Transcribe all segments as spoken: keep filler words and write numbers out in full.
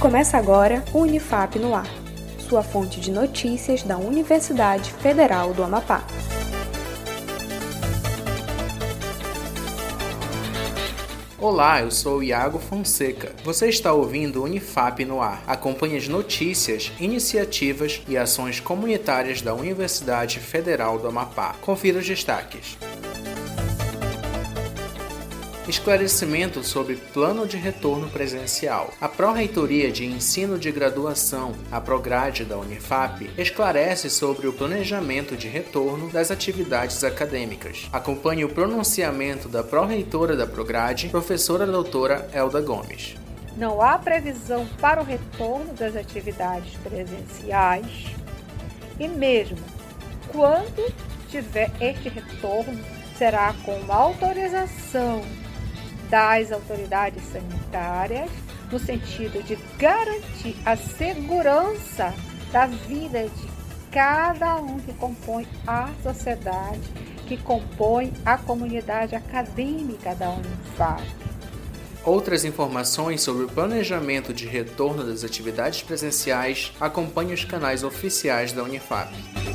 Começa agora o Unifap no Ar, sua fonte de notícias da Universidade Federal do Amapá. Olá, eu sou Iago Fonseca. Você está ouvindo o Unifap no Ar. Acompanhe as notícias, iniciativas e ações comunitárias da Universidade Federal do Amapá. Confira os destaques. Esclarecimento sobre plano de retorno presencial. A Pró-Reitoria de Ensino de Graduação, a Prograde da Unifap, esclarece sobre o planejamento de retorno das atividades acadêmicas. Acompanhe o pronunciamento da Pró-Reitora da Prograde, professora doutora Elda Gomes. Não há previsão para o retorno das atividades presenciais e mesmo quando tiver este retorno, será com autorização das autoridades sanitárias, no sentido de garantir a segurança da vida de cada um que compõe a sociedade, que compõe a comunidade acadêmica da Unifap. Outras informações sobre o planejamento de retorno das atividades presenciais, acompanhe os canais oficiais da Unifap.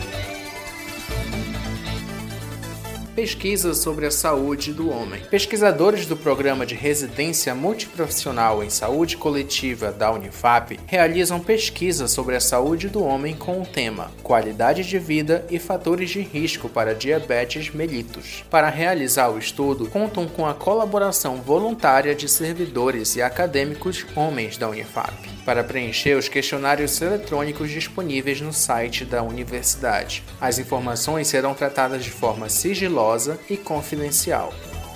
Pesquisa sobre a saúde do homem. Pesquisadores do Programa de Residência Multiprofissional em Saúde Coletiva da Unifap realizam pesquisa sobre a saúde do homem com o tema Qualidade de Vida e Fatores de Risco para Diabetes Mellitus. Para realizar o estudo, contam com a colaboração voluntária de servidores e acadêmicos homens da Unifap, para preencher os questionários eletrônicos disponíveis no site da universidade. As informações serão tratadas de forma sigilosa e confidencial.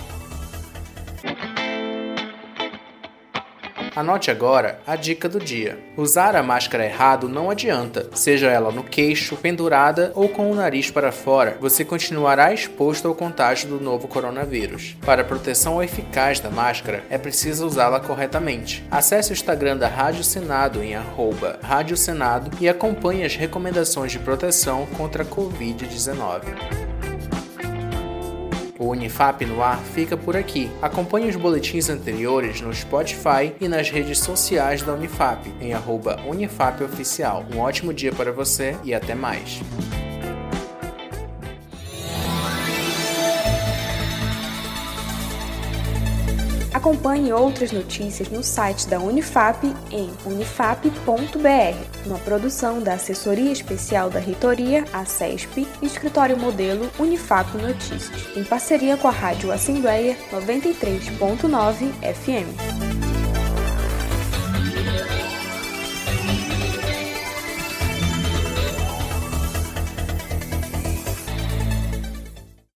Anote agora a dica do dia. Usar a máscara errado não adianta, seja ela no queixo, pendurada ou com o nariz para fora, você continuará exposto ao contágio do novo coronavírus. Para a proteção eficaz da máscara, é preciso usá-la corretamente. Acesse o Instagram da Rádio Senado em arroba Rádio Senado e acompanhe as recomendações de proteção contra a covid dezenove. O Unifap no Ar fica por aqui. Acompanhe os boletins anteriores no Spotify e nas redes sociais da Unifap, em arroba Unifap Oficial. Um ótimo dia para você e até mais. Acompanhe outras notícias no site da Unifap em unifap ponto b r, uma produção da Assessoria Especial da Reitoria, a SESP, e Escritório Modelo Unifap Notícias, em parceria com a Rádio Assembleia noventa e três ponto nove F M.